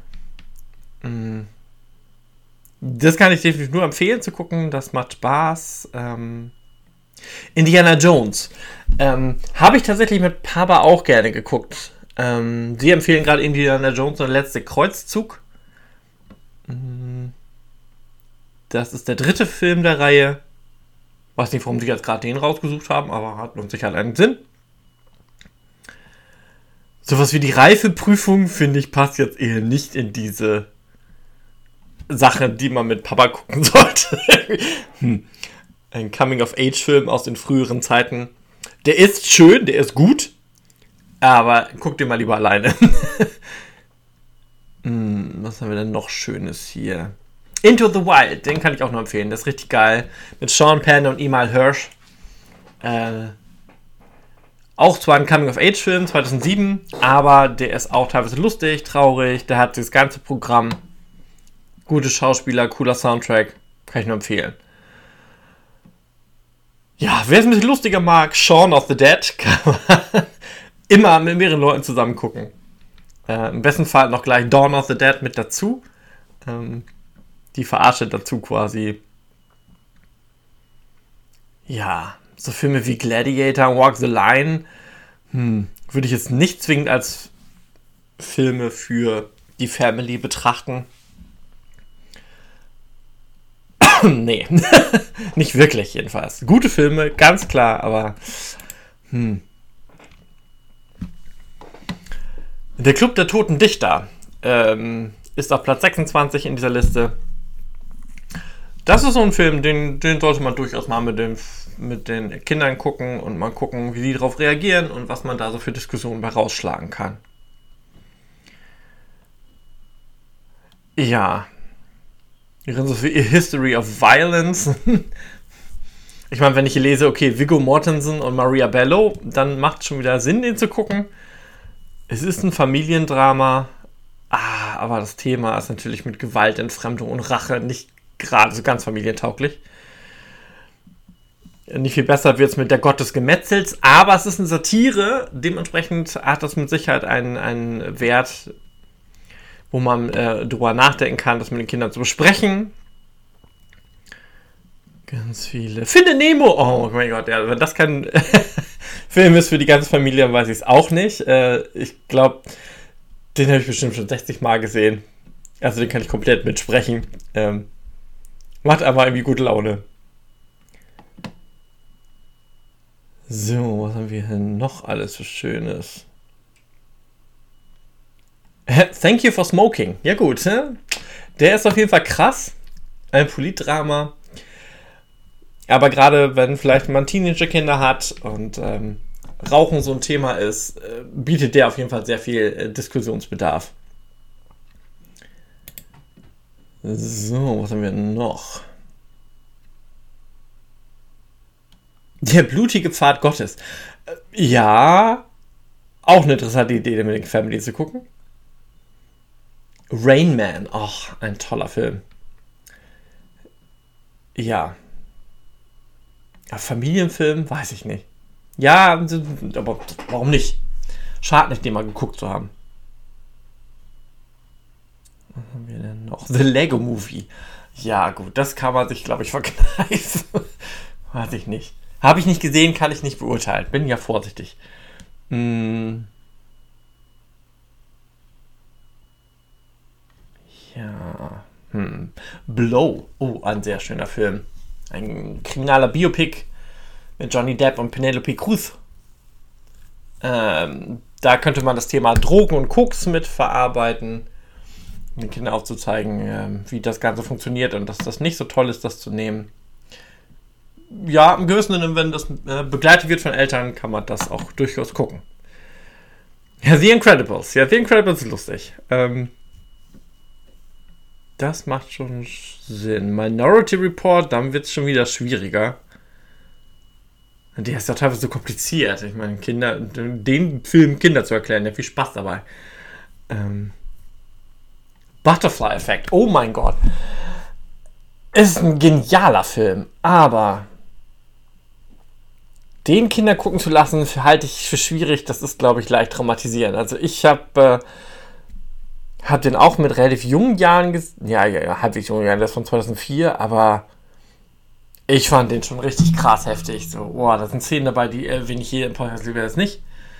Das kann ich definitiv nur empfehlen zu gucken, das macht Spaß. Indiana Jones habe ich tatsächlich mit Papa auch gerne geguckt. Sie empfehlen gerade Indiana Jones und der letzte Kreuzzug. Das ist der 3. Film der Reihe. Weiß nicht, warum sie jetzt gerade den rausgesucht haben, aber hat nun sicher einen Sinn. Sowas wie die Reifeprüfung, finde ich, passt jetzt eher nicht in diese Sache, die man mit Papa gucken sollte. Ein Coming-of-Age-Film aus den früheren Zeiten. Der ist schön, der ist gut, aber guck dir mal lieber alleine. Was haben wir denn noch Schönes hier? Into the Wild, den kann ich auch nur empfehlen. Der ist richtig geil. Mit Sean Penn und Emile Hirsch. Auch zwar ein Coming-of-Age-Film, 2007, aber der ist auch teilweise lustig, traurig. Der hat das ganze Programm. Gute Schauspieler, cooler Soundtrack. Kann ich nur empfehlen. Ja, wer es ein bisschen lustiger mag, Shaun of the Dead, kann man immer mit mehreren Leuten zusammen gucken. Im besten Fall noch gleich Dawn of the Dead mit dazu. Die Verarsche dazu quasi. Ja, so Filme wie Gladiator, Walk the Line, würde ich jetzt nicht zwingend als Filme für die Family betrachten. Nee, nicht wirklich jedenfalls. Gute Filme, ganz klar, aber Der Club der Toten Dichter ist auf Platz 26 in dieser Liste. Das ist so ein Film, den sollte man durchaus mal mit den Kindern gucken und mal gucken, wie die darauf reagieren und was man da so für Diskussionen bei rausschlagen kann. Ja. So wie History of Violence. Ich meine, wenn ich hier lese, okay, Viggo Mortensen und Maria Bello, dann macht es schon wieder Sinn, den zu gucken. Es ist ein Familiendrama, aber das Thema ist natürlich mit Gewalt, Entfremdung und Rache nicht gerade so ganz familientauglich. Nicht viel besser wird es mit Der Gott des Gemetzels, aber es ist eine Satire, dementsprechend hat das mit Sicherheit einen Wert, wo man drüber nachdenken kann, das mit den Kindern zu besprechen. Ganz viele. Finde Nemo! Oh mein Gott, ja, wenn das kein Film ist für die ganze Familie, dann weiß ich es auch nicht. Ich glaube, den habe ich bestimmt schon 60 Mal gesehen. Also den kann ich komplett mitsprechen. Macht aber irgendwie gute Laune. So, was haben wir hier noch alles für Schönes? Thank You for Smoking. Ja gut, der ist auf jeden Fall krass. Ein Politdrama. Aber gerade wenn vielleicht man Teenager-Kinder hat und Rauchen so ein Thema ist, bietet der auf jeden Fall sehr viel Diskussionsbedarf. So, was haben wir noch? Der blutige Pfad Gottes. Ja, auch eine interessante Idee, mit den Family zu gucken. Rain Man, ach, ein toller Film. Ja. Familienfilm, weiß ich nicht. Ja, aber warum nicht? Schade nicht, den mal geguckt zu haben. Was haben wir denn noch? The Lego Movie. Ja, gut, das kann man sich, glaube ich, verkneifen. Weiß ich nicht. Habe ich nicht gesehen, kann ich nicht beurteilen. Bin ja vorsichtig. Ja. Blow. Oh, ein sehr schöner Film. Ein kriminaler Biopic mit Johnny Depp und Penelope Cruz. Da könnte man das Thema Drogen und Koks mit verarbeiten, den Kindern aufzuzeigen, wie das Ganze funktioniert und dass das nicht so toll ist, das zu nehmen. Ja, im gewissen Sinne, wenn das begleitet wird von Eltern, kann man das auch durchaus gucken. Ja, The Incredibles. Ja, The Incredibles ist lustig. Das macht schon Sinn. Minority Report, dann wird es schon wieder schwieriger. Der ist ja teilweise so kompliziert. Ich meine, den Film Kinder zu erklären, der hat viel Spaß dabei. Butterfly Effect, oh mein Gott. Ist ein genialer Film, aber den Kinder gucken zu lassen, halte ich für schwierig. Das ist, glaube ich, leicht traumatisierend. Also ich habe den auch mit relativ jungen Jahren gesehen. Ja, halbwegs jungen Jahren, das ist von 2004, aber ich fand den schon richtig krass heftig. So, boah, da sind Szenen dabei, die erwähne ich hier im Podcast lieber jetzt nicht.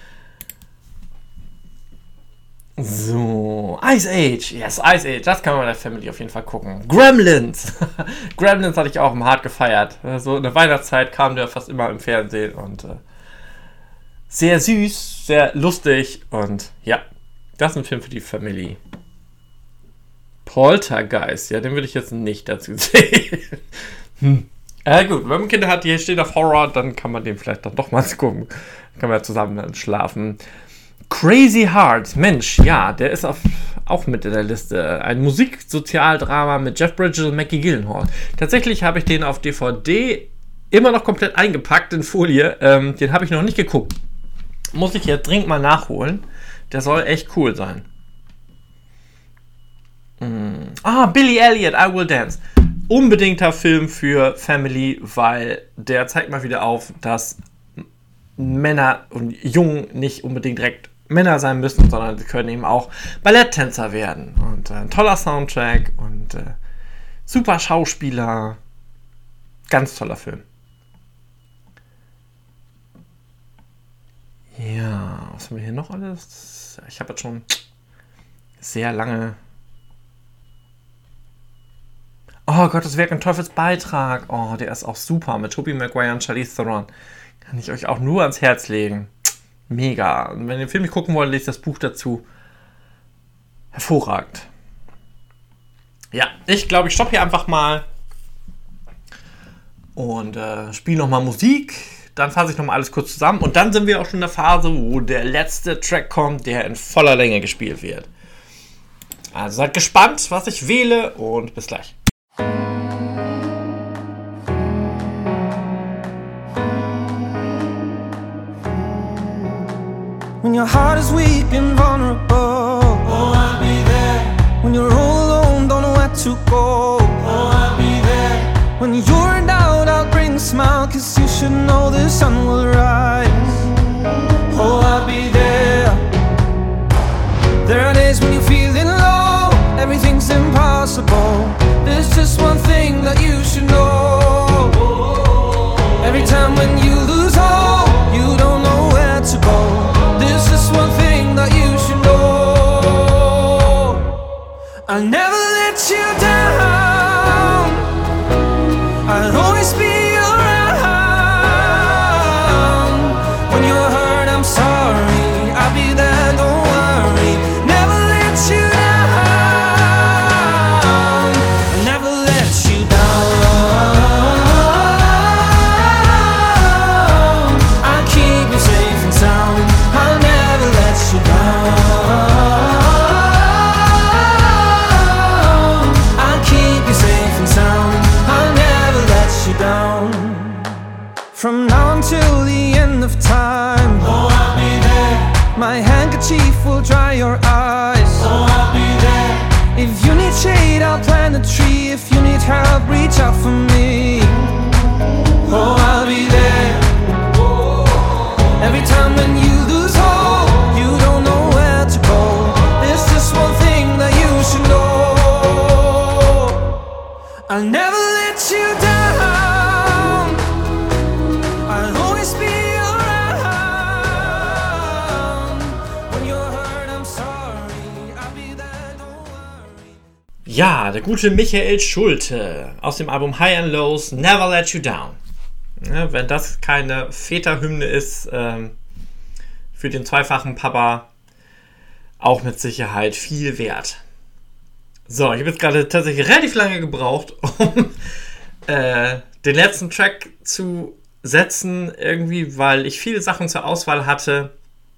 So, Ice Age. Yes, Ice Age. Das kann man bei der Family auf jeden Fall gucken. Gremlins. Gremlins hatte ich auch im Hart gefeiert. So in der Weihnachtszeit kam der fast immer im Fernsehen und sehr süß, sehr lustig und ja, das ist ein Film für die Family. Poltergeist. Ja, den würde ich jetzt nicht dazu sehen. Gut, wenn man Kinder hat, die steht auf Horror, dann kann man den vielleicht dann doch mal gucken. Kann man ja zusammen schlafen. Crazy Heart, Mensch, ja, der ist auch mit in der Liste. Ein Musiksozialdrama mit Jeff Bridges und Maggie Gyllenhaal. Tatsächlich habe ich den auf DVD immer noch komplett eingepackt in Folie. Den habe ich noch nicht geguckt. Muss ich jetzt dringend mal nachholen. Der soll echt cool sein. Billy Elliot, I Will Dance. Unbedingter Film für Family, weil der zeigt mal wieder auf, dass Männer und Jungen nicht unbedingt direkt Männer sein müssen, sondern sie können eben auch Balletttänzer werden. Und ein toller Soundtrack und super Schauspieler. Ganz toller Film. Ja, was haben wir hier noch alles? Ich habe jetzt schon sehr lange... Oh, Gottes Werk und Teufels Beitrag. Oh, der ist auch super mit Tobey Maguire und Charlize Theron. Kann ich euch auch nur ans Herz legen. Mega. Und wenn ihr den Film nicht gucken wollt, lest das Buch dazu. Hervorragend. Ja, ich glaube, ich stoppe hier einfach mal und spiele nochmal Musik. Dann fasse ich nochmal alles kurz zusammen. Und dann sind wir auch schon in der Phase, wo der letzte Track kommt, der in voller Länge gespielt wird. Also seid gespannt, was ich wähle und bis gleich. When your heart is weak and vulnerable, oh, I'll be there. When you're all alone, don't know where to go, oh, I'll be there. When you're in doubt, I'll bring a smile, 'cause you should know the sun will rise. Oh, I'll be there. There are days when you're feeling low, everything's impossible. There's just one thing that you should know. Every time when you lose hope, you don't know where to go. There's just one thing that you should know. I'll never let you down. I'll always be around. When you're hurt, I'm sorry. I'll be there, don't worry. Never let you down. I'll never let you down. handkerchief will dry your eyes. Oh, I'll be there. If you need shade, I'll plant a tree. If you need help, reach out for me. Oh, I'll be there. Every time when you lose hope, you don't know where to go. There's just one thing that you should know. I'll never let you down. I'll always be around. When you're hurt, I'm sorry. I'll be there, don't worry. Ja, der gute Michael Schulte aus dem Album High and Lows, Never Let You Down. Ja, wenn das keine Väterhymne ist, für den zweifachen Papa auch mit Sicherheit viel wert. So, ich habe jetzt gerade tatsächlich relativ lange gebraucht, um den letzten Track zu setzen, irgendwie, weil ich viele Sachen zur Auswahl hatte.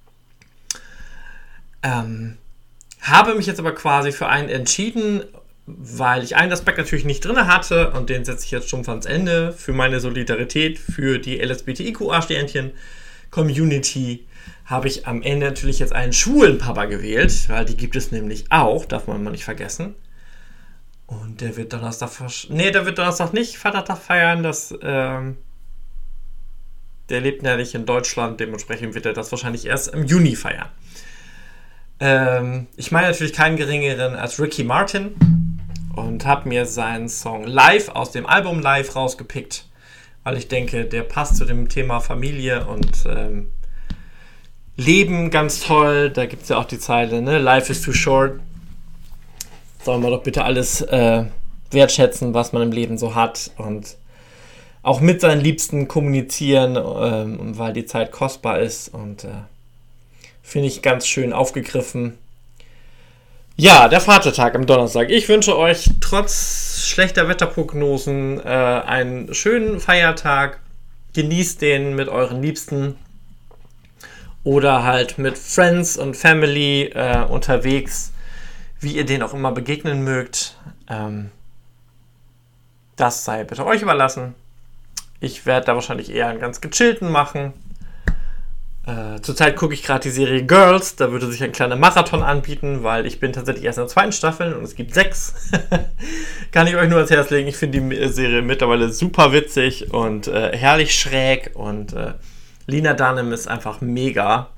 Habe mich jetzt aber quasi für einen entschieden, weil ich einen Aspekt natürlich nicht drin hatte und den setze ich jetzt schon ans Ende für meine Solidarität für die LSBTIQA-Sternchen Community. Habe ich am Ende natürlich jetzt einen schwulen Papa gewählt, weil die gibt es nämlich auch, darf man mal nicht vergessen. Und der wird Donnerstag nicht Vatertag feiern, der lebt ja nicht in Deutschland, dementsprechend wird er das wahrscheinlich erst im Juni feiern. Ich meine natürlich keinen geringeren als Ricky Martin und habe mir seinen Song Live aus dem Album Live rausgepickt, weil ich denke, der passt zu dem Thema Familie und Leben ganz toll. Da gibt es ja auch die Zeile, ne? Life is too short. Sollen wir doch bitte alles wertschätzen, was man im Leben so hat und auch mit seinen Liebsten kommunizieren, weil die Zeit kostbar ist und finde ich ganz schön aufgegriffen. Ja, der Vatertag am Donnerstag. Ich wünsche euch trotz schlechter Wetterprognosen einen schönen Feiertag. Genießt den mit euren Liebsten oder halt mit Friends und Family unterwegs, wie ihr den auch immer begegnen mögt. Das sei bitte euch überlassen. Ich werde da wahrscheinlich eher einen ganz gechillten machen. Zurzeit gucke ich gerade die Serie Girls, da würde sich ein kleiner Marathon anbieten, weil ich bin tatsächlich erst in der 2. Staffel und es gibt 6. Kann ich euch nur ans Herz legen. Ich finde die Serie mittlerweile super witzig und herrlich schräg und Lena Dunham ist einfach mega.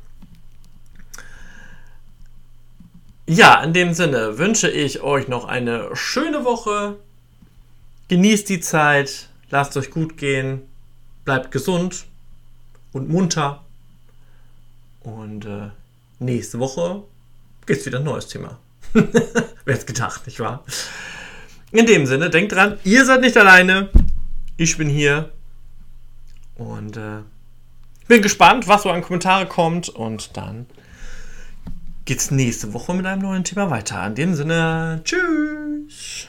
Ja, in dem Sinne wünsche ich euch noch eine schöne Woche. Genießt die Zeit, lasst euch gut gehen, bleibt gesund und munter. Und nächste Woche geht's wieder ein neues Thema. Wer hätte gedacht, nicht wahr? In dem Sinne, denkt dran, ihr seid nicht alleine. Ich bin hier. Und bin gespannt, was so an Kommentare kommt. Und dann geht's nächste Woche mit einem neuen Thema weiter. In dem Sinne, tschüss.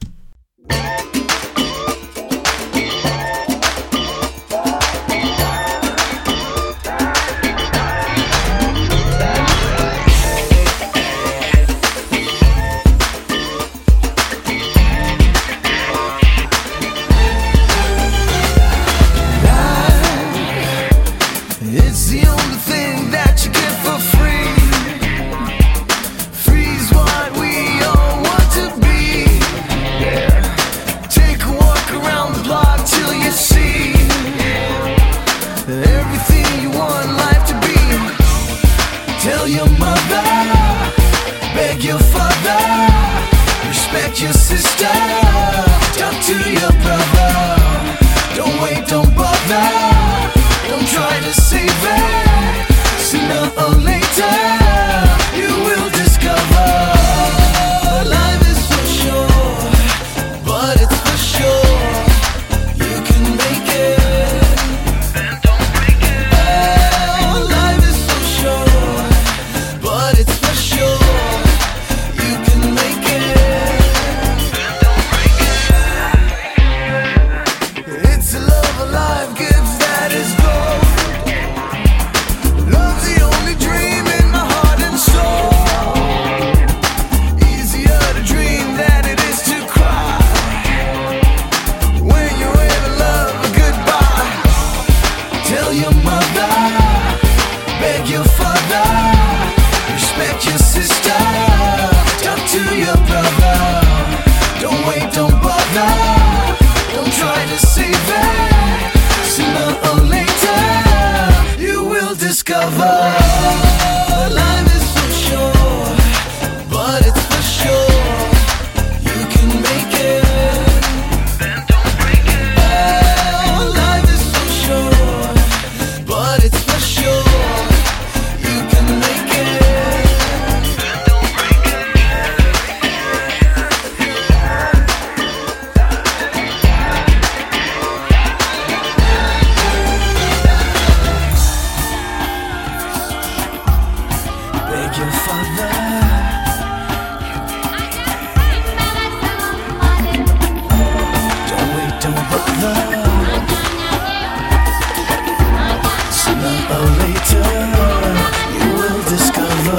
It's the only thing that you get for free. Free's what we all want to be. Yeah. Take a walk around the block till you see everything you want life to be. Tell your mother, beg your father, respect your sister, talk to your brother. Don't wait, don't bother. Don't try to save it. Sooner or later, you will discover life is for sure, but it's for sure you can make it. And don't break it. Oh, life is for sure, but it's for sure you can make it. And don't break it. It's a love alive, gives that is gold. Love's the only dream in my heart.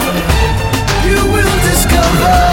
you will discover.